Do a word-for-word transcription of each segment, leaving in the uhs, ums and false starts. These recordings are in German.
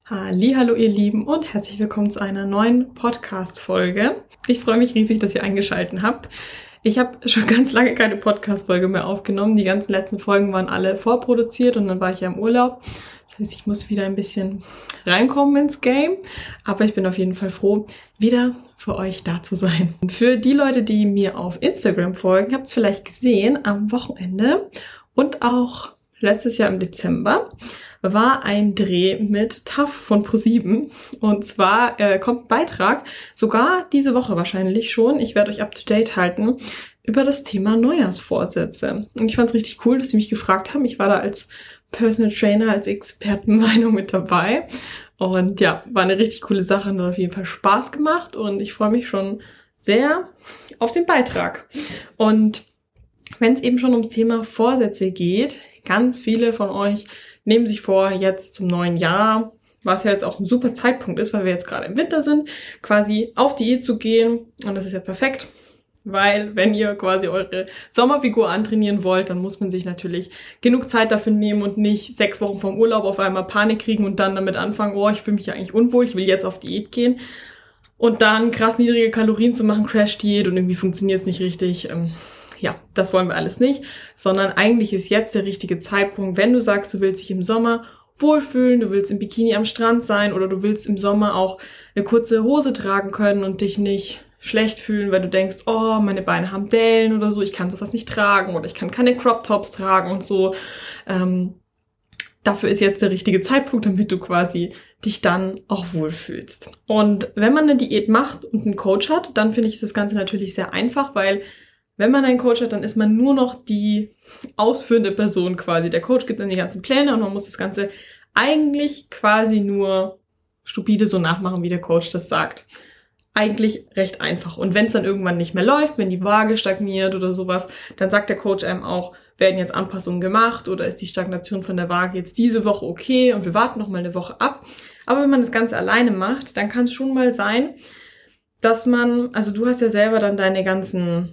Hallihallo ihr Lieben und herzlich willkommen zu einer neuen Podcast-Folge. Ich freue mich riesig, dass ihr eingeschaltet habt. Ich habe schon ganz lange keine Podcast-Folge mehr aufgenommen. Die ganzen letzten Folgen waren alle vorproduziert und dann war ich ja im Urlaub. Das heißt, ich muss wieder ein bisschen reinkommen ins Game. Aber ich bin auf jeden Fall froh, wieder für euch da zu sein. Für die Leute, die mir auf Instagram folgen, habt ihr es vielleicht gesehen, am Wochenende und auch letztes Jahr im Dezember war ein Dreh mit Taff von ProSieben. Und zwar äh, kommt ein Beitrag, sogar diese Woche wahrscheinlich schon, ich werde euch up to date halten, über das Thema Neujahrsvorsätze. Und ich fand es richtig cool, dass sie mich gefragt haben. Ich war da als Personal Trainer, als Expertenmeinung mit dabei. Und ja, war eine richtig coole Sache und hat auf jeden Fall Spaß gemacht. Und ich freue mich schon sehr auf den Beitrag. Und wenn es eben schon ums Thema Vorsätze geht, ganz viele von euch nehmen sich vor, jetzt zum neuen Jahr, was ja jetzt auch ein super Zeitpunkt ist, weil wir jetzt gerade im Winter sind, quasi auf Diät zu gehen. Und das ist ja perfekt, weil wenn ihr quasi eure Sommerfigur antrainieren wollt, dann muss man sich natürlich genug Zeit dafür nehmen und nicht sechs Wochen vom Urlaub auf einmal Panik kriegen und dann damit anfangen, oh, ich fühle mich ja eigentlich unwohl, ich will jetzt auf Diät gehen. Und dann krass niedrige Kalorien zu machen, Crash-Diät und irgendwie funktioniert es nicht richtig. Ähm, Ja, das wollen wir alles nicht, sondern eigentlich ist jetzt der richtige Zeitpunkt, wenn du sagst, du willst dich im Sommer wohlfühlen, du willst im Bikini am Strand sein oder du willst im Sommer auch eine kurze Hose tragen können und dich nicht schlecht fühlen, weil du denkst, oh, meine Beine haben Dellen oder so, ich kann sowas nicht tragen oder ich kann keine Crop Tops tragen und so. Ähm, dafür ist jetzt der richtige Zeitpunkt, damit du quasi dich dann auch wohlfühlst. Und wenn man eine Diät macht und einen Coach hat, dann finde ich ist das Ganze natürlich sehr einfach, weil wenn man einen Coach hat, dann ist man nur noch die ausführende Person quasi. Der Coach gibt dann die ganzen Pläne und man muss das Ganze eigentlich quasi nur stupide so nachmachen, wie der Coach das sagt. Eigentlich recht einfach. Und wenn es dann irgendwann nicht mehr läuft, wenn die Waage stagniert oder sowas, dann sagt der Coach einem auch, werden jetzt Anpassungen gemacht oder ist die Stagnation von der Waage jetzt diese Woche okay und wir warten noch mal eine Woche ab. Aber wenn man das Ganze alleine macht, dann kann es schon mal sein, dass man, also du hast ja selber dann deine ganzen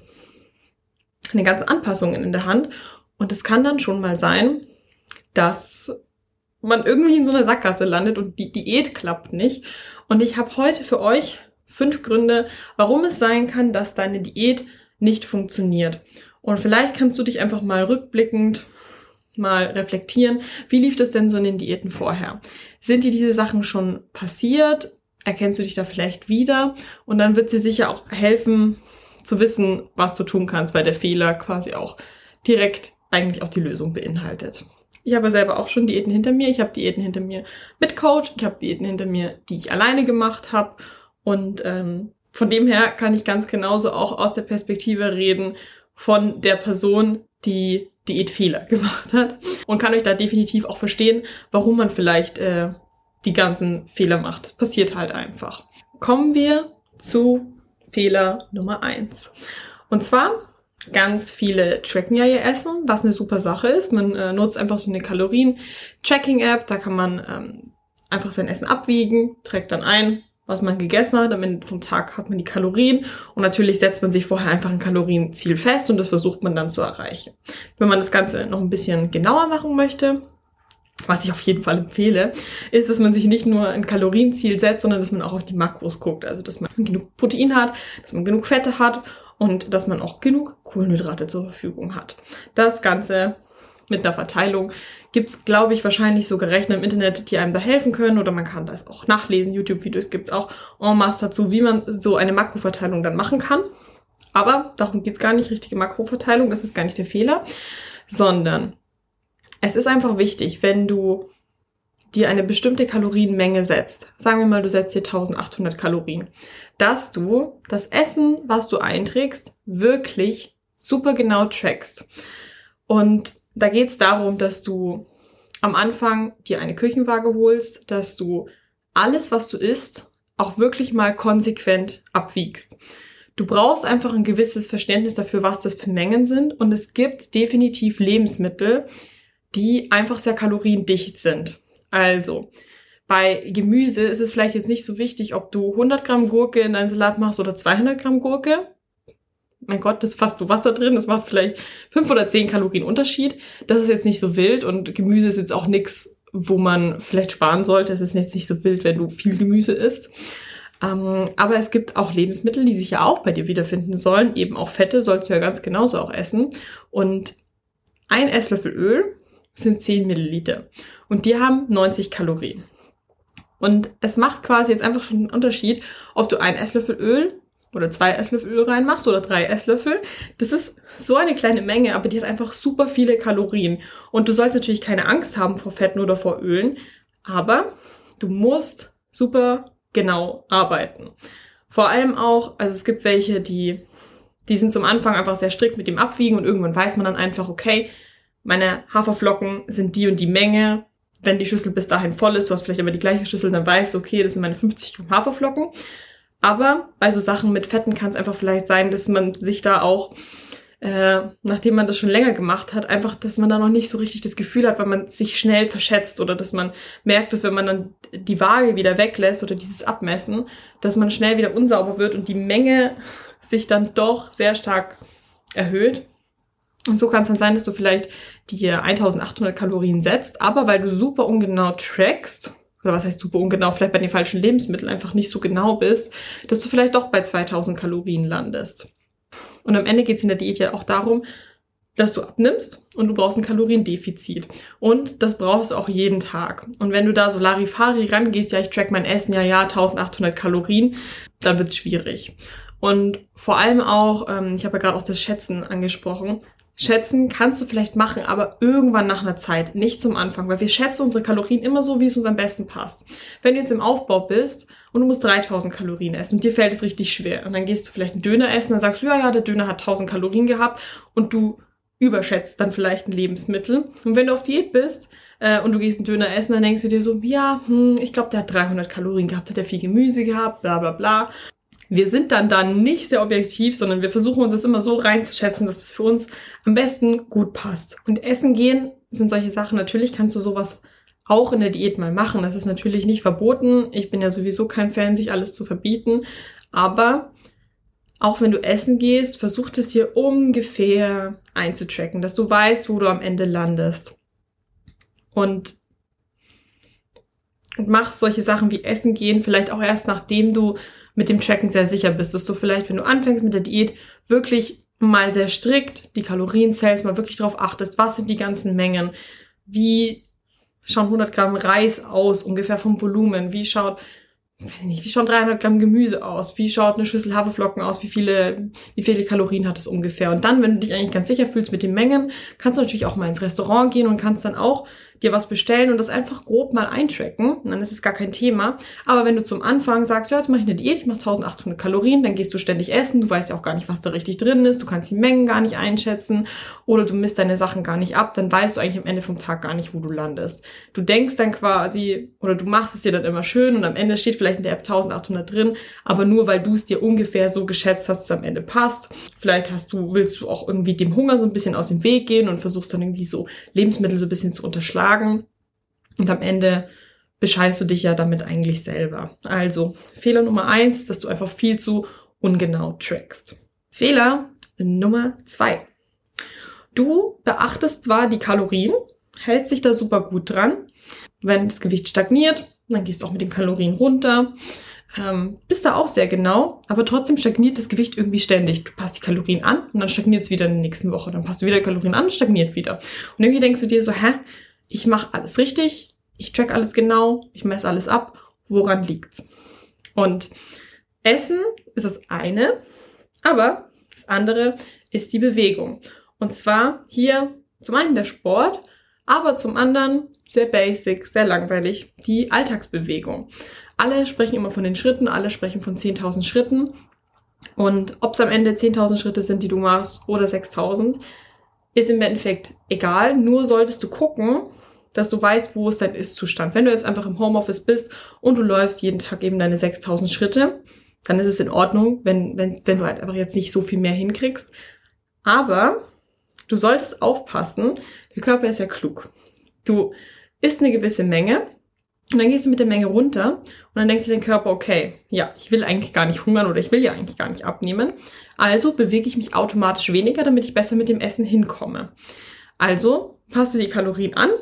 eine ganze Anpassungen in der Hand und es kann dann schon mal sein, dass man irgendwie in so einer Sackgasse landet und die Diät klappt nicht. Und ich habe heute für euch fünf Gründe, warum es sein kann, dass deine Diät nicht funktioniert. Und vielleicht kannst du dich einfach mal rückblickend mal reflektieren, wie lief das denn so in den Diäten vorher? Sind dir diese Sachen schon passiert? Erkennst du dich da vielleicht wieder? Und dann wird es dir sicher auch helfen, zu wissen, was du tun kannst, weil der Fehler quasi auch direkt eigentlich auch die Lösung beinhaltet. Ich habe selber auch schon Diäten hinter mir. Ich habe Diäten hinter mir mit Coach. Ich habe Diäten hinter mir, die ich alleine gemacht habe. Und ähm, von dem her kann ich ganz genauso auch aus der Perspektive reden von der Person, die Diätfehler gemacht hat. Und kann euch da definitiv auch verstehen, warum man vielleicht äh, die ganzen Fehler macht. Das passiert halt einfach. Kommen wir zu Fehler Nummer eins. Und zwar, ganz viele tracken ja ihr Essen, was eine super Sache ist. Man äh, nutzt einfach so eine Kalorien-Tracking-App, da kann man ähm, einfach sein Essen abwiegen, trägt dann ein, was man gegessen hat. Am Ende vom Tag hat man die Kalorien und natürlich setzt man sich vorher einfach ein Kalorienziel fest und das versucht man dann zu erreichen. Wenn man das Ganze noch ein bisschen genauer machen möchte, was ich auf jeden Fall empfehle, ist, dass man sich nicht nur ein Kalorienziel setzt, sondern dass man auch auf die Makros guckt. Also, dass man genug Protein hat, dass man genug Fette hat und dass man auch genug Kohlenhydrate zur Verfügung hat. Das Ganze mit einer Verteilung gibt's, glaube ich, wahrscheinlich sogar Rechner im Internet, die einem da helfen können oder man kann das auch nachlesen. YouTube-Videos gibt's auch en masse dazu, wie man so eine Makroverteilung dann machen kann. Aber darum geht's gar nicht, richtige Makroverteilung, das ist gar nicht der Fehler, sondern es ist einfach wichtig, wenn du dir eine bestimmte Kalorienmenge setzt, sagen wir mal, du setzt dir eintausendachthundert Kalorien, dass du das Essen, was du einträgst, wirklich super genau trackst. Und da geht es darum, dass du am Anfang dir eine Küchenwaage holst, dass du alles, was du isst, auch wirklich mal konsequent abwiegst. Du brauchst einfach ein gewisses Verständnis dafür, was das für Mengen sind und es gibt definitiv Lebensmittel, die einfach sehr kaloriendicht sind. Also, bei Gemüse ist es vielleicht jetzt nicht so wichtig, ob du hundert Gramm Gurke in deinen Salat machst oder zweihundert Gramm Gurke. Mein Gott, das ist fast so Wasser drin, das macht vielleicht fünf oder zehn Kalorien Unterschied. Das ist jetzt nicht so wild und Gemüse ist jetzt auch nichts, wo man vielleicht sparen sollte. Es ist jetzt nicht so wild, wenn du viel Gemüse isst. Ähm, aber es gibt auch Lebensmittel, die sich ja auch bei dir wiederfinden sollen. Eben auch Fette sollst du ja ganz genauso auch essen. Und ein Esslöffel Öl sind zehn Milliliter. Und die haben neunzig Kalorien. Und es macht quasi jetzt einfach schon einen Unterschied, ob du einen Esslöffel Öl oder zwei Esslöffel Öl reinmachst oder drei Esslöffel. Das ist so eine kleine Menge, aber die hat einfach super viele Kalorien. Und du sollst natürlich keine Angst haben vor Fetten oder vor Ölen, aber du musst super genau arbeiten. Vor allem auch, also es gibt welche, die, die sind zum Anfang einfach sehr strikt mit dem Abwiegen und irgendwann weiß man dann einfach, okay, meine Haferflocken sind die und die Menge. Wenn die Schüssel bis dahin voll ist, du hast vielleicht aber die gleiche Schüssel, dann weißt du, okay, das sind meine fünfzig Gramm Haferflocken. Aber bei so Sachen mit Fetten kann es einfach vielleicht sein, dass man sich da auch, äh, nachdem man das schon länger gemacht hat, einfach, dass man da noch nicht so richtig das Gefühl hat, weil man sich schnell verschätzt oder dass man merkt, dass wenn man dann die Waage wieder weglässt oder dieses Abmessen, dass man schnell wieder unsauber wird und die Menge sich dann doch sehr stark erhöht. Und so kann es dann sein, dass du vielleicht die eintausendachthundert Kalorien setzt, aber weil du super ungenau trackst, oder was heißt super ungenau, vielleicht bei den falschen Lebensmitteln einfach nicht so genau bist, dass du vielleicht doch bei zweitausend Kalorien landest. Und am Ende geht es in der Diät ja auch darum, dass du abnimmst und du brauchst ein Kaloriendefizit. Und das brauchst du auch jeden Tag. Und wenn du da so Larifari rangehst, ja, ich track mein Essen, ja, ja, eintausendachthundert Kalorien, dann wird's schwierig. Und vor allem auch, ähm, ich habe ja gerade auch das Schätzen angesprochen, Schätzen kannst du vielleicht machen, aber irgendwann nach einer Zeit, nicht zum Anfang, weil wir schätzen unsere Kalorien immer so, wie es uns am besten passt. Wenn du jetzt im Aufbau bist und du musst dreitausend Kalorien essen und dir fällt es richtig schwer und dann gehst du vielleicht einen Döner essen, dann sagst du, ja, ja, der Döner hat tausend Kalorien gehabt und du überschätzt dann vielleicht ein Lebensmittel. Und wenn du auf Diät bist äh, und du gehst einen Döner essen, dann denkst du dir so, ja, hm, ich glaube, der hat dreihundert Kalorien gehabt, hat er viel Gemüse gehabt, bla bla bla. Wir sind dann dann nicht sehr objektiv, sondern wir versuchen uns das immer so reinzuschätzen, dass es für uns am besten gut passt. Und Essen gehen sind solche Sachen. Natürlich kannst du sowas auch in der Diät mal machen. Das ist natürlich nicht verboten. Ich bin ja sowieso kein Fan, sich alles zu verbieten. Aber auch wenn du essen gehst, versuch es dir ungefähr einzutracken, dass du weißt, wo du am Ende landest. Und und mach solche Sachen wie Essen gehen vielleicht auch erst, nachdem du mit dem Tracken sehr sicher bist, dass du vielleicht, wenn du anfängst mit der Diät, wirklich mal sehr strikt die Kalorien zählst, mal wirklich darauf achtest, was sind die ganzen Mengen, wie schauen hundert Gramm Reis aus, ungefähr vom Volumen, wie schaut, weiß ich nicht, wie schauen dreihundert Gramm Gemüse aus, wie schaut eine Schüssel Haferflocken aus, wie viele, wie viele Kalorien hat es ungefähr. Und dann, wenn du dich eigentlich ganz sicher fühlst mit den Mengen, kannst du natürlich auch mal ins Restaurant gehen und kannst dann auch dir was bestellen und das einfach grob mal eintracken. Und dann ist es gar kein Thema. Aber wenn du zum Anfang sagst, ja, jetzt mache ich eine Diät, ich mache eintausendachthundert Kalorien, dann gehst du ständig essen, du weißt ja auch gar nicht, was da richtig drin ist, du kannst die Mengen gar nicht einschätzen oder du misst deine Sachen gar nicht ab, dann weißt du eigentlich am Ende vom Tag gar nicht, wo du landest. Du denkst dann quasi, oder du machst es dir dann immer schön und am Ende steht vielleicht in der App eintausendachthundert drin, aber nur weil du es dir ungefähr so geschätzt hast, dass es am Ende passt. Vielleicht hast du, willst du auch irgendwie dem Hunger so ein bisschen aus dem Weg gehen und versuchst dann irgendwie so Lebensmittel so ein bisschen zu unterschlagen. Und am Ende bescheißt du dich ja damit eigentlich selber. Also Fehler Nummer eins ist, dass du einfach viel zu ungenau trackst. Fehler Nummer zwei. Du beachtest zwar die Kalorien, hältst dich da super gut dran. Wenn das Gewicht stagniert, dann gehst du auch mit den Kalorien runter. Ähm, bist da auch sehr genau, aber trotzdem stagniert das Gewicht irgendwie ständig. Du passt die Kalorien an und dann stagniert es wieder in der nächsten Woche. Dann passt du wieder Kalorien an, stagniert wieder. Und irgendwie denkst du dir so, hä? Ich mache alles richtig, ich track alles genau, ich messe alles ab, woran liegt's? Und Essen ist das eine, aber das andere ist die Bewegung. Und zwar hier zum einen der Sport, aber zum anderen sehr basic, sehr langweilig, die Alltagsbewegung. Alle sprechen immer von den Schritten, alle sprechen von zehntausend Schritten. Und ob es am Ende zehntausend Schritte sind, die du machst, oder sechstausend, ist im Endeffekt egal, nur solltest du gucken, dass du weißt, wo ist dein Ist-Zustand. Wenn du jetzt einfach im Homeoffice bist und du läufst jeden Tag eben deine sechstausend Schritte, dann ist es in Ordnung, wenn, wenn, wenn du halt einfach jetzt nicht so viel mehr hinkriegst. Aber du solltest aufpassen, der Körper ist ja klug. Du isst eine gewisse Menge und dann gehst du mit der Menge runter und dann denkst du den Körper, okay, ja, ich will eigentlich gar nicht hungern oder ich will ja eigentlich gar nicht abnehmen. Also bewege ich mich automatisch weniger, damit ich besser mit dem Essen hinkomme. Also passt du die Kalorien an,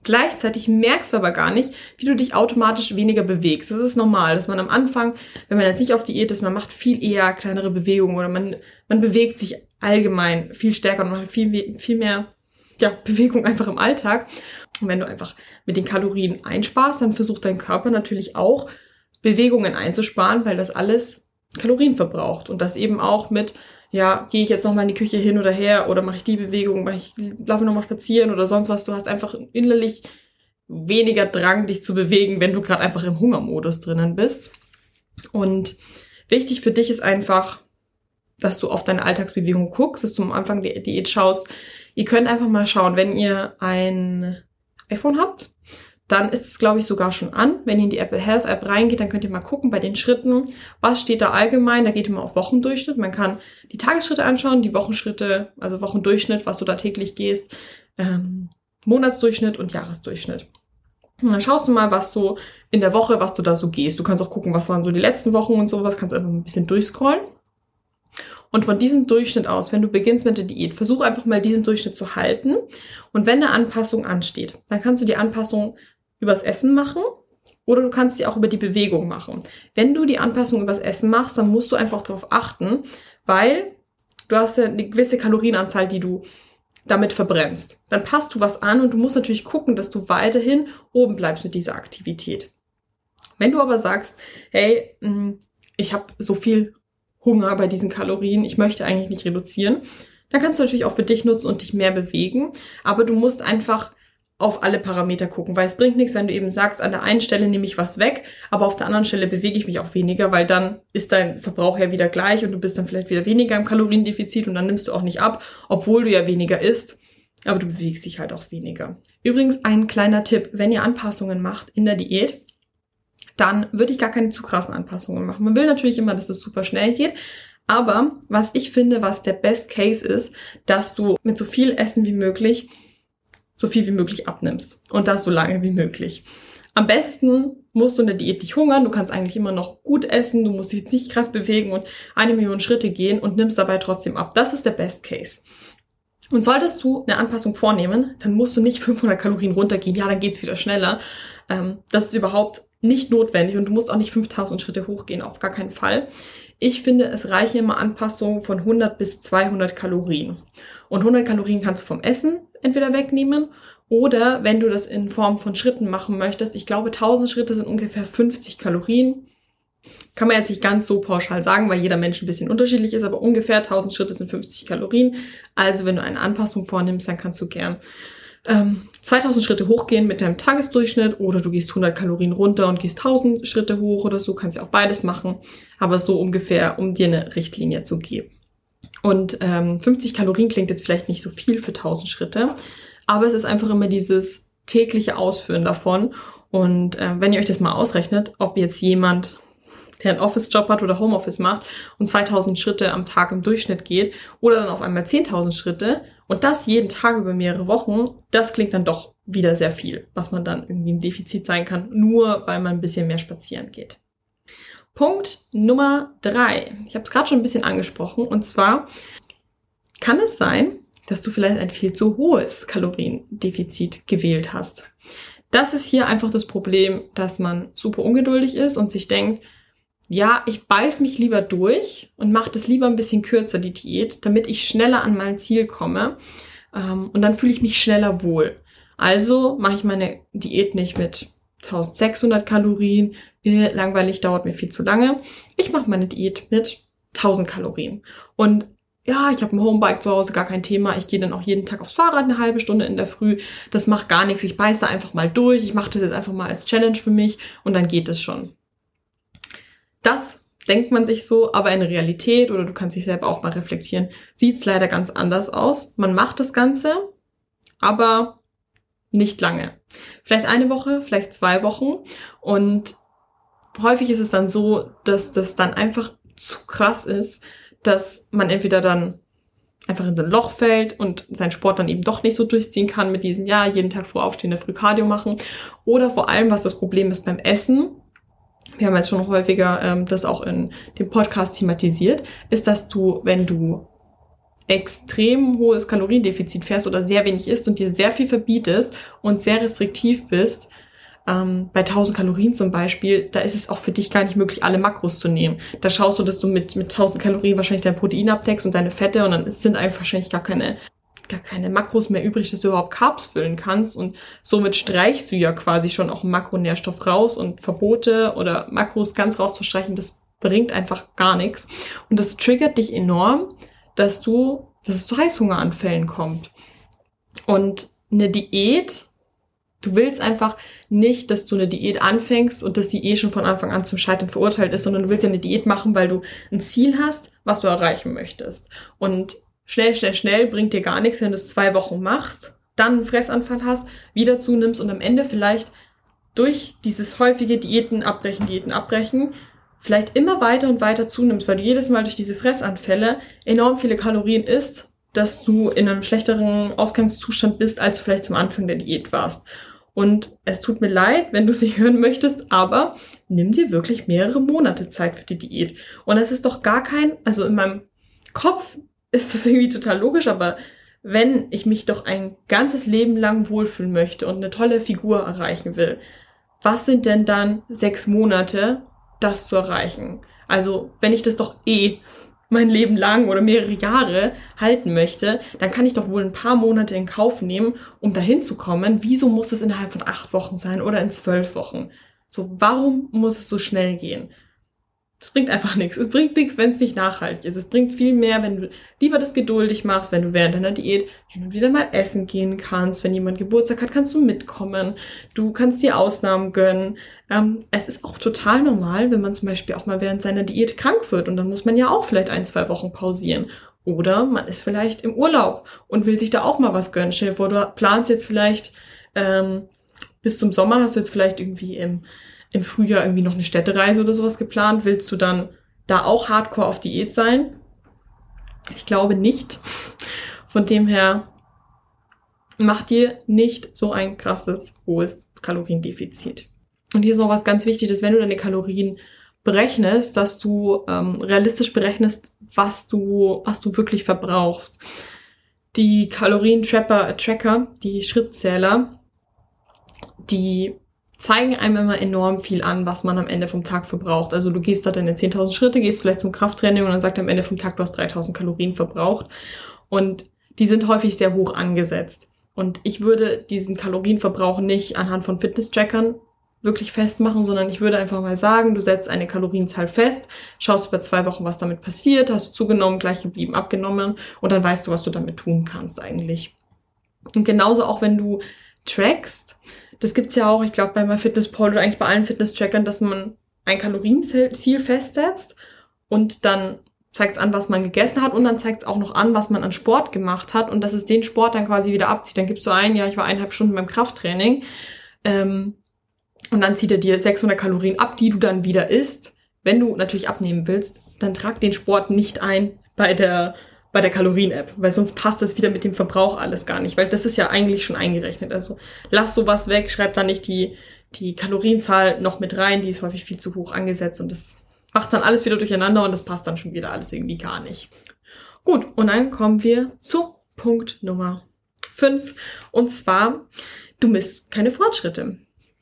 Gleichzeitig merkst du aber gar nicht, wie du dich automatisch weniger bewegst. Das ist normal, dass man am Anfang, wenn man jetzt nicht auf Diät ist, man macht viel eher kleinere Bewegungen oder man, man bewegt sich allgemein viel stärker und man hat viel, viel mehr ja, Bewegung einfach im Alltag. Und wenn du einfach mit den Kalorien einsparst, dann versucht dein Körper natürlich auch Bewegungen einzusparen, weil das alles Kalorien verbraucht. Und das eben auch mit, ja, gehe ich jetzt nochmal in die Küche hin oder her oder mache ich die Bewegung, mache ich, laufe nochmal spazieren oder sonst was. Du hast einfach innerlich weniger Drang, dich zu bewegen, wenn du gerade einfach im Hungermodus drinnen bist. Und wichtig für dich ist einfach, dass du auf deine Alltagsbewegung guckst, dass du am Anfang der Diät schaust. Ihr könnt einfach mal schauen, wenn ihr ein iPhone habt, dann ist es, glaube ich, sogar schon an. Wenn ihr in die Apple Health App reingeht, dann könnt ihr mal gucken bei den Schritten, was steht da allgemein. Da geht ihr mal auf Wochendurchschnitt. Man kann die Tagesschritte anschauen, die Wochenschritte, also Wochendurchschnitt, was du da täglich gehst, ähm, Monatsdurchschnitt und Jahresdurchschnitt. Und dann schaust du mal, was so in der Woche, was du da so gehst. Du kannst auch gucken, was waren so die letzten Wochen und sowas, kannst einfach ein bisschen durchscrollen. Und von diesem Durchschnitt aus, wenn du beginnst mit der Diät, versuch einfach mal diesen Durchschnitt zu halten. Und wenn eine Anpassung ansteht, dann kannst du die Anpassung übers Essen machen oder du kannst sie auch über die Bewegung machen. Wenn du die Anpassung übers Essen machst, dann musst du einfach darauf achten, weil du hast ja eine gewisse Kalorienanzahl, die du damit verbrennst. Dann passt du was an und du musst natürlich gucken, dass du weiterhin oben bleibst mit dieser Aktivität. Wenn du aber sagst, hey, ich habe so viel Hunger bei diesen Kalorien, ich möchte eigentlich nicht reduzieren, dann kannst du natürlich auch für dich nutzen und dich mehr bewegen, aber du musst einfach auf alle Parameter gucken, weil es bringt nichts, wenn du eben sagst, an der einen Stelle nehme ich was weg, aber auf der anderen Stelle bewege ich mich auch weniger, weil dann ist dein Verbrauch ja wieder gleich und du bist dann vielleicht wieder weniger im Kaloriendefizit und dann nimmst du auch nicht ab, obwohl du ja weniger isst, aber du bewegst dich halt auch weniger. Übrigens ein kleiner Tipp, wenn ihr Anpassungen macht in der Diät, dann würde ich gar keine zu krassen Anpassungen machen. Man will natürlich immer, dass es super schnell geht, aber was ich finde, was der Best Case ist, dass du mit so viel Essen wie möglich so viel wie möglich abnimmst und das so lange wie möglich. Am besten musst du in der Diät nicht hungern, du kannst eigentlich immer noch gut essen, du musst dich jetzt nicht krass bewegen und eine Million Schritte gehen und nimmst dabei trotzdem ab. Das ist der Best Case. Und solltest du eine Anpassung vornehmen, dann musst du nicht fünfhundert Kalorien runtergehen, ja, dann geht's wieder schneller. Das ist überhaupt nicht notwendig und du musst auch nicht fünftausend Schritte hochgehen, auf gar keinen Fall. Ich finde, es reichen immer Anpassungen von hundert bis zweihundert Kalorien. Und hundert Kalorien kannst du vom Essen entweder wegnehmen oder wenn du das in Form von Schritten machen möchtest, ich glaube tausend Schritte sind ungefähr fünfzig Kalorien. Kann man jetzt nicht ganz so pauschal sagen, weil jeder Mensch ein bisschen unterschiedlich ist, aber ungefähr tausend Schritte sind fünfzig Kalorien. Also wenn du eine Anpassung vornimmst, dann kannst du gern ähm, zweitausend Schritte hochgehen mit deinem Tagesdurchschnitt oder du gehst hundert Kalorien runter und gehst tausend Schritte hoch oder so, kannst ja auch beides machen, aber so ungefähr, um dir eine Richtlinie zu geben. Und ähm, fünfzig Kalorien klingt jetzt vielleicht nicht so viel für tausend Schritte, aber es ist einfach immer dieses tägliche Ausführen davon. Und äh, wenn ihr euch das mal ausrechnet, ob jetzt jemand, der einen Office-Job hat oder Homeoffice macht und zweitausend Schritte am Tag im Durchschnitt geht oder dann auf einmal zehntausend Schritte und das jeden Tag über mehrere Wochen, das klingt dann doch wieder sehr viel, was man dann irgendwie im Defizit sein kann, nur weil man ein bisschen mehr spazieren geht. Punkt Nummer drei. Ich habe es gerade schon ein bisschen angesprochen. Und zwar kann es sein, dass du vielleicht ein viel zu hohes Kaloriendefizit gewählt hast. Das ist hier einfach das Problem, dass man super ungeduldig ist und sich denkt, ja, ich beiß mich lieber durch und mache das lieber ein bisschen kürzer, die Diät, damit ich schneller an mein Ziel komme. Und dann fühle ich mich schneller wohl. Also mache ich meine Diät nicht mit eintausendsechshundert Kalorien, langweilig, dauert mir viel zu lange. Ich mache meine Diät mit tausend Kalorien. Und ja, ich habe ein Homebike zu Hause, gar kein Thema. Ich gehe dann auch jeden Tag aufs Fahrrad eine halbe Stunde in der Früh. Das macht gar nichts. Ich beiß da einfach mal durch. Ich mache das jetzt einfach mal als Challenge für mich und dann geht es schon. Das denkt man sich so, aber in Realität, oder du kannst dich selber auch mal reflektieren, sieht es leider ganz anders aus. Man macht das Ganze, aber nicht lange. Vielleicht eine Woche, vielleicht zwei Wochen. Und häufig ist es dann so, dass das dann einfach zu krass ist, dass man entweder dann einfach in so ein Loch fällt und seinen Sport dann eben doch nicht so durchziehen kann mit diesem, ja, jeden Tag früh aufstehen, früh Cardio machen. Oder vor allem, was das Problem ist beim Essen, wir haben jetzt schon häufiger ähm, das auch in dem Podcast thematisiert, ist, dass du, wenn du extrem hohes Kaloriendefizit fährst oder sehr wenig isst und dir sehr viel verbietest und sehr restriktiv bist, ähm, bei tausend Kalorien zum Beispiel, da ist es auch für dich gar nicht möglich, alle Makros zu nehmen. Da schaust du, dass du mit, mit tausend Kalorien wahrscheinlich dein Protein abdeckst und deine Fette und dann sind einfach wahrscheinlich gar keine, gar keine Makros mehr übrig, dass du überhaupt Carbs füllen kannst und somit streichst du ja quasi schon auch einen Makronährstoff raus und Verbote oder Makros ganz rauszustreichen, das bringt einfach gar nichts. Und das triggert dich enorm, dass du, dass es zu Heißhungeranfällen kommt. Und eine Diät, du willst einfach nicht, dass du eine Diät anfängst und dass die eh schon von Anfang an zum Scheitern verurteilt ist, sondern du willst ja eine Diät machen, weil du ein Ziel hast, was du erreichen möchtest. Und schnell, schnell, schnell bringt dir gar nichts, wenn du es zwei Wochen machst, dann einen Fressanfall hast, wieder zunimmst und am Ende vielleicht durch dieses häufige Diäten abbrechen, Diäten abbrechen, vielleicht immer weiter und weiter zunimmst, weil du jedes Mal durch diese Fressanfälle enorm viele Kalorien isst, dass du in einem schlechteren Ausgangszustand bist, als du vielleicht zum Anfang der Diät warst. Und es tut mir leid, wenn du es nicht hören möchtest, aber nimm dir wirklich mehrere Monate Zeit für die Diät. Und es ist doch gar kein, also in meinem Kopf ist das irgendwie total logisch, aber wenn ich mich doch ein ganzes Leben lang wohlfühlen möchte und eine tolle Figur erreichen will, was sind denn dann sechs Monate, das zu erreichen? Also, wenn ich das doch eh mein Leben lang oder mehrere Jahre halten möchte, dann kann ich doch wohl ein paar Monate in Kauf nehmen, um dahin zu kommen. Wieso muss es innerhalb von acht Wochen sein oder in zwölf Wochen? So, warum muss es so schnell gehen? Es bringt einfach nichts. Es bringt nichts, wenn es nicht nachhaltig ist. Es bringt viel mehr, wenn du lieber das geduldig machst, wenn du während deiner Diät hin und wieder mal essen gehen kannst. Wenn jemand Geburtstag hat, kannst du mitkommen. Du kannst dir Ausnahmen gönnen. Ähm, es ist auch total normal, wenn man zum Beispiel auch mal während seiner Diät krank wird. Und dann muss man ja auch vielleicht ein, zwei Wochen pausieren. Oder man ist vielleicht im Urlaub und will sich da auch mal was gönnen. Stell dir vor, du planst jetzt vielleicht ähm, bis zum Sommer, hast du jetzt vielleicht irgendwie im im Frühjahr irgendwie noch eine Städtereise oder sowas geplant, willst du dann da auch hardcore auf Diät sein? Ich glaube nicht. Von dem her, mach dir nicht so ein krasses, hohes Kaloriendefizit. Und hier ist noch was ganz Wichtiges, wenn du deine Kalorien berechnest, dass du ähm, realistisch berechnest, was du, was du wirklich verbrauchst. Die Kalorien-Tracker, die Schrittzähler, die zeigen einem immer enorm viel an, was man am Ende vom Tag verbraucht. Also du gehst da deine zehntausend Schritte, gehst vielleicht zum Krafttraining und dann sagt er am Ende vom Tag, du hast dreitausend Kalorien verbraucht. Und die sind häufig sehr hoch angesetzt. Und ich würde diesen Kalorienverbrauch nicht anhand von Fitness-Trackern wirklich festmachen, sondern ich würde einfach mal sagen, du setzt eine Kalorienzahl fest, schaust über zwei Wochen, was damit passiert, hast du zugenommen, gleich geblieben, abgenommen und dann weißt du, was du damit tun kannst eigentlich. Und genauso auch, wenn du trackst, das gibt's ja auch, ich glaube, bei MyFitnessPal oder eigentlich bei allen Fitness-Trackern, dass man ein Kalorienziel festsetzt und dann zeigt es an, was man gegessen hat und dann zeigt es auch noch an, was man an Sport gemacht hat und dass es den Sport dann quasi wieder abzieht. Dann gibst du ein, ja, ich war eineinhalb Stunden beim Krafttraining ähm, und dann zieht er dir sechshundert Kalorien ab, die du dann wieder isst. Wenn du natürlich abnehmen willst, dann trag den Sport nicht ein bei der bei der Kalorien-App, weil sonst passt das wieder mit dem Verbrauch alles gar nicht, weil das ist ja eigentlich schon eingerechnet. Also lass sowas weg, schreib da nicht die die Kalorienzahl noch mit rein, die ist häufig viel zu hoch angesetzt und das macht dann alles wieder durcheinander und das passt dann schon wieder alles irgendwie gar nicht. Gut, und dann kommen wir zu Punkt Nummer fünf und zwar, du misst keine Fortschritte.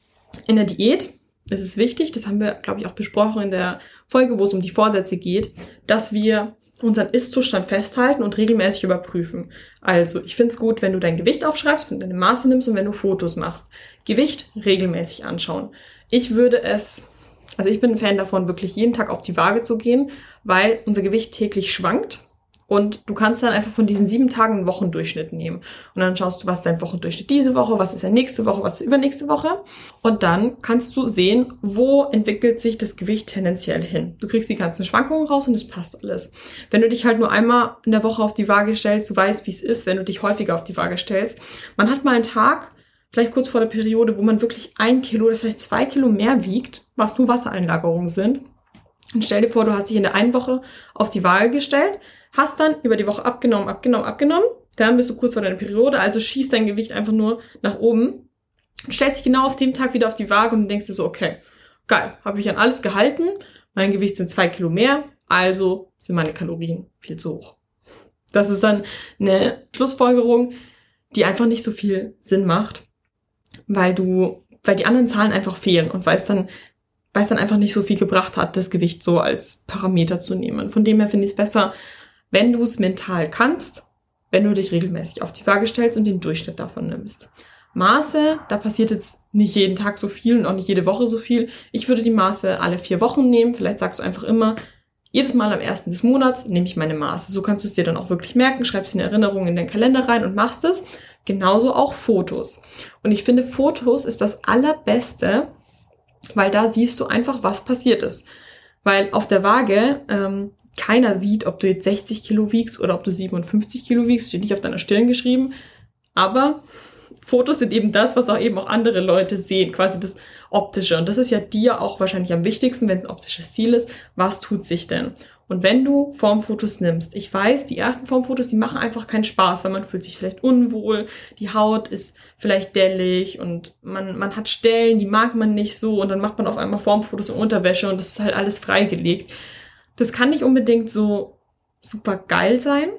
In der Diät ist es wichtig, das haben wir, glaube ich, auch besprochen in der Folge, wo es um die Vorsätze geht, dass wir unseren Ist-Zustand festhalten und regelmäßig überprüfen. Also, ich finde es gut, wenn du dein Gewicht aufschreibst, wenn du deine Maße nimmst und wenn du Fotos machst. Gewicht regelmäßig anschauen. Ich würde es, also ich bin ein Fan davon, wirklich jeden Tag auf die Waage zu gehen, weil unser Gewicht täglich schwankt und du kannst dann einfach von diesen sieben Tagen einen Wochendurchschnitt nehmen. Und dann schaust du, was ist dein Wochendurchschnitt diese Woche, was ist der nächste Woche, was ist übernächste Woche. Und dann kannst du sehen, wo entwickelt sich das Gewicht tendenziell hin. Du kriegst die ganzen Schwankungen raus und es passt alles. Wenn du dich halt nur einmal in der Woche auf die Waage stellst, du weißt, wie es ist, wenn du dich häufiger auf die Waage stellst. Man hat mal einen Tag, vielleicht kurz vor der Periode, wo man wirklich ein Kilo oder vielleicht zwei Kilo mehr wiegt, was nur Wassereinlagerungen sind. Und stell dir vor, du hast dich in der einen Woche auf die Waage gestellt, hast dann über die Woche abgenommen, abgenommen, abgenommen. Dann bist du kurz vor deiner Periode, also schießt dein Gewicht einfach nur nach oben. Und stellst dich genau auf dem Tag wieder auf die Waage und denkst dir so, okay, geil, habe ich an alles gehalten. Mein Gewicht sind zwei Kilo mehr, also sind meine Kalorien viel zu hoch. Das ist dann eine Schlussfolgerung, die einfach nicht so viel Sinn macht, weil du, weil die anderen Zahlen einfach fehlen und weil es dann, weil es dann einfach nicht so viel gebracht hat, das Gewicht so als Parameter zu nehmen. Von dem her finde ich es besser, wenn du es mental kannst, wenn du dich regelmäßig auf die Waage stellst und den Durchschnitt davon nimmst. Maße, da passiert jetzt nicht jeden Tag so viel und auch nicht jede Woche so viel. Ich würde die Maße alle vier Wochen nehmen. Vielleicht sagst du einfach immer, jedes Mal am ersten des Monats nehme ich meine Maße. So kannst du es dir dann auch wirklich merken, schreibst eine Erinnerung in den Kalender rein und machst es. Genauso auch Fotos. Und ich finde, Fotos ist das Allerbeste, weil da siehst du einfach, was passiert ist. Weil auf der Waage ähm, keiner sieht, ob du jetzt sechzig Kilo wiegst oder ob du siebenundfünfzig Kilo wiegst, steht nicht auf deiner Stirn geschrieben. Aber Fotos sind eben das, was auch eben auch andere Leute sehen, quasi das Optische. Und das ist ja dir auch wahrscheinlich am wichtigsten, wenn es ein optisches Ziel ist. Was tut sich denn? Und wenn du Formfotos nimmst, ich weiß, die ersten Formfotos, die machen einfach keinen Spaß, weil man fühlt sich vielleicht unwohl, die Haut ist vielleicht dellig und man, man hat Stellen, die mag man nicht so und dann macht man auf einmal Formfotos in Unterwäsche und das ist halt alles freigelegt. Das kann nicht unbedingt so super geil sein,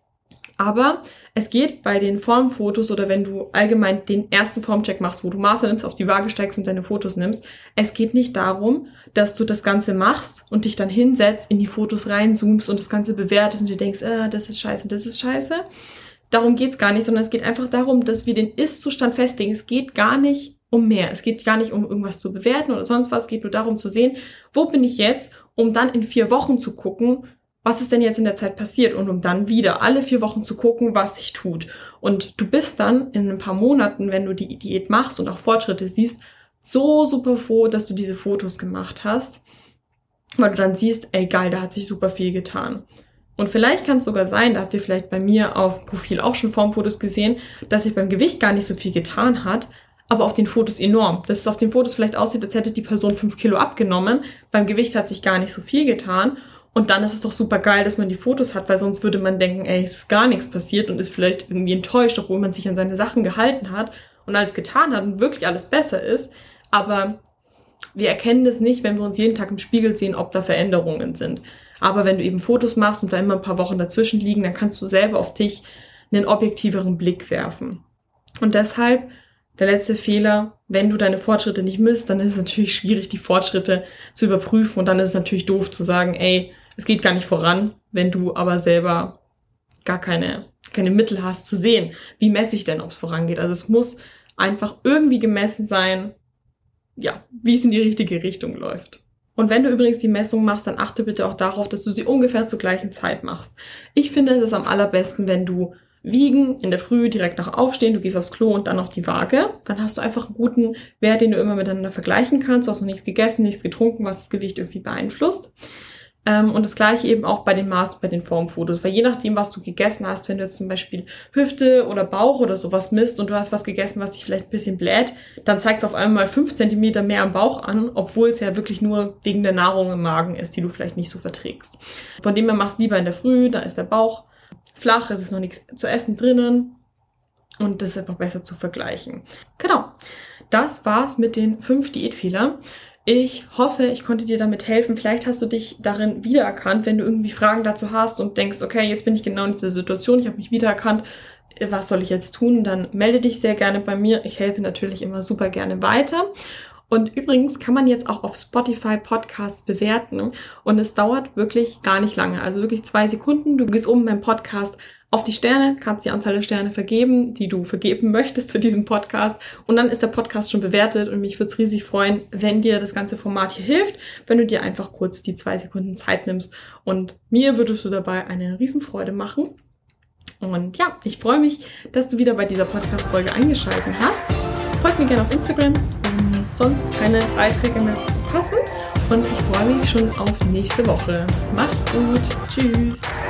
aber es geht bei den Formfotos oder wenn du allgemein den ersten Formcheck machst, wo du Maße nimmst, auf die Waage steigst und deine Fotos nimmst, es geht nicht darum, dass du das Ganze machst und dich dann hinsetzt, in die Fotos reinzoomst und das Ganze bewertest und dir denkst, ah, das ist scheiße, das ist scheiße. Darum geht's gar nicht, sondern es geht einfach darum, dass wir den Ist-Zustand festlegen. Es geht gar nicht um mehr. Es geht gar nicht um irgendwas zu bewerten oder sonst was. Es geht nur darum zu sehen, wo bin ich jetzt, um dann in vier Wochen zu gucken, was ist denn jetzt in der Zeit passiert und um dann wieder alle vier Wochen zu gucken, was sich tut. Und du bist dann in ein paar Monaten, wenn du die Diät machst und auch Fortschritte siehst, so super froh, dass du diese Fotos gemacht hast, weil du dann siehst, ey geil, da hat sich super viel getan. Und vielleicht kann es sogar sein, da habt ihr vielleicht bei mir auf Profil auch schon Formfotos gesehen, dass sich beim Gewicht gar nicht so viel getan hat, aber auf den Fotos enorm. Dass es auf den Fotos vielleicht aussieht, als hätte die Person fünf Kilo abgenommen. Beim Gewicht hat sich gar nicht so viel getan. Und dann ist es doch super geil, dass man die Fotos hat, weil sonst würde man denken, ey, es ist gar nichts passiert und ist vielleicht irgendwie enttäuscht, obwohl man sich an seine Sachen gehalten hat und alles getan hat und wirklich alles besser ist. Aber wir erkennen das nicht, wenn wir uns jeden Tag im Spiegel sehen, ob da Veränderungen sind. Aber wenn du eben Fotos machst und da immer ein paar Wochen dazwischen liegen, dann kannst du selber auf dich einen objektiveren Blick werfen. Und deshalb der letzte Fehler, wenn du deine Fortschritte nicht misst, dann ist es natürlich schwierig, die Fortschritte zu überprüfen und dann ist es natürlich doof zu sagen, ey, es geht gar nicht voran, wenn du aber selber gar keine, keine Mittel hast zu sehen. Wie messe ich denn, ob es vorangeht? Also es muss einfach irgendwie gemessen sein, ja, wie es in die richtige Richtung läuft. Und wenn du übrigens die Messung machst, dann achte bitte auch darauf, dass du sie ungefähr zur gleichen Zeit machst. Ich finde, es ist am allerbesten, wenn du wiegen, in der Früh direkt nach Aufstehen, du gehst aufs Klo und dann auf die Waage. Dann hast du einfach einen guten Wert, den du immer miteinander vergleichen kannst. Du hast noch nichts gegessen, nichts getrunken, was das Gewicht irgendwie beeinflusst. Und das Gleiche eben auch bei den Maß- und bei den Formfotos. Weil je nachdem, was du gegessen hast, wenn du jetzt zum Beispiel Hüfte oder Bauch oder sowas misst und du hast was gegessen, was dich vielleicht ein bisschen bläht, dann zeigt es auf einmal fünf Zentimeter mehr am Bauch an, obwohl es ja wirklich nur wegen der Nahrung im Magen ist, die du vielleicht nicht so verträgst. Von dem her machst du lieber in der Früh, da ist der Bauch flach, es ist noch nichts zu essen drinnen und das ist einfach besser zu vergleichen. Genau, das war's mit den fünf Diätfehlern. Ich hoffe, ich konnte dir damit helfen. Vielleicht hast du dich darin wiedererkannt, wenn du irgendwie Fragen dazu hast und denkst, okay, jetzt bin ich genau in dieser Situation, ich habe mich wiedererkannt, was soll ich jetzt tun? Dann melde dich sehr gerne bei mir. Ich helfe natürlich immer super gerne weiter. Und übrigens kann man jetzt auch auf Spotify Podcasts bewerten und es dauert wirklich gar nicht lange, also wirklich zwei Sekunden. Du gehst oben beim Podcast auf die Sterne, kannst die Anzahl der Sterne vergeben, die du vergeben möchtest für diesen Podcast und dann ist der Podcast schon bewertet und mich würde es riesig freuen, wenn dir das ganze Format hier hilft, wenn du dir einfach kurz die zwei Sekunden Zeit nimmst und mir würdest du dabei eine Riesenfreude machen. Und ja, ich freue mich, dass du wieder bei dieser Podcast-Folge eingeschaltet hast. Folgt mir gerne auf Instagram, um sonst keine Beiträge mehr zu verpassen und ich freue mich schon auf nächste Woche. Mach's gut, tschüss!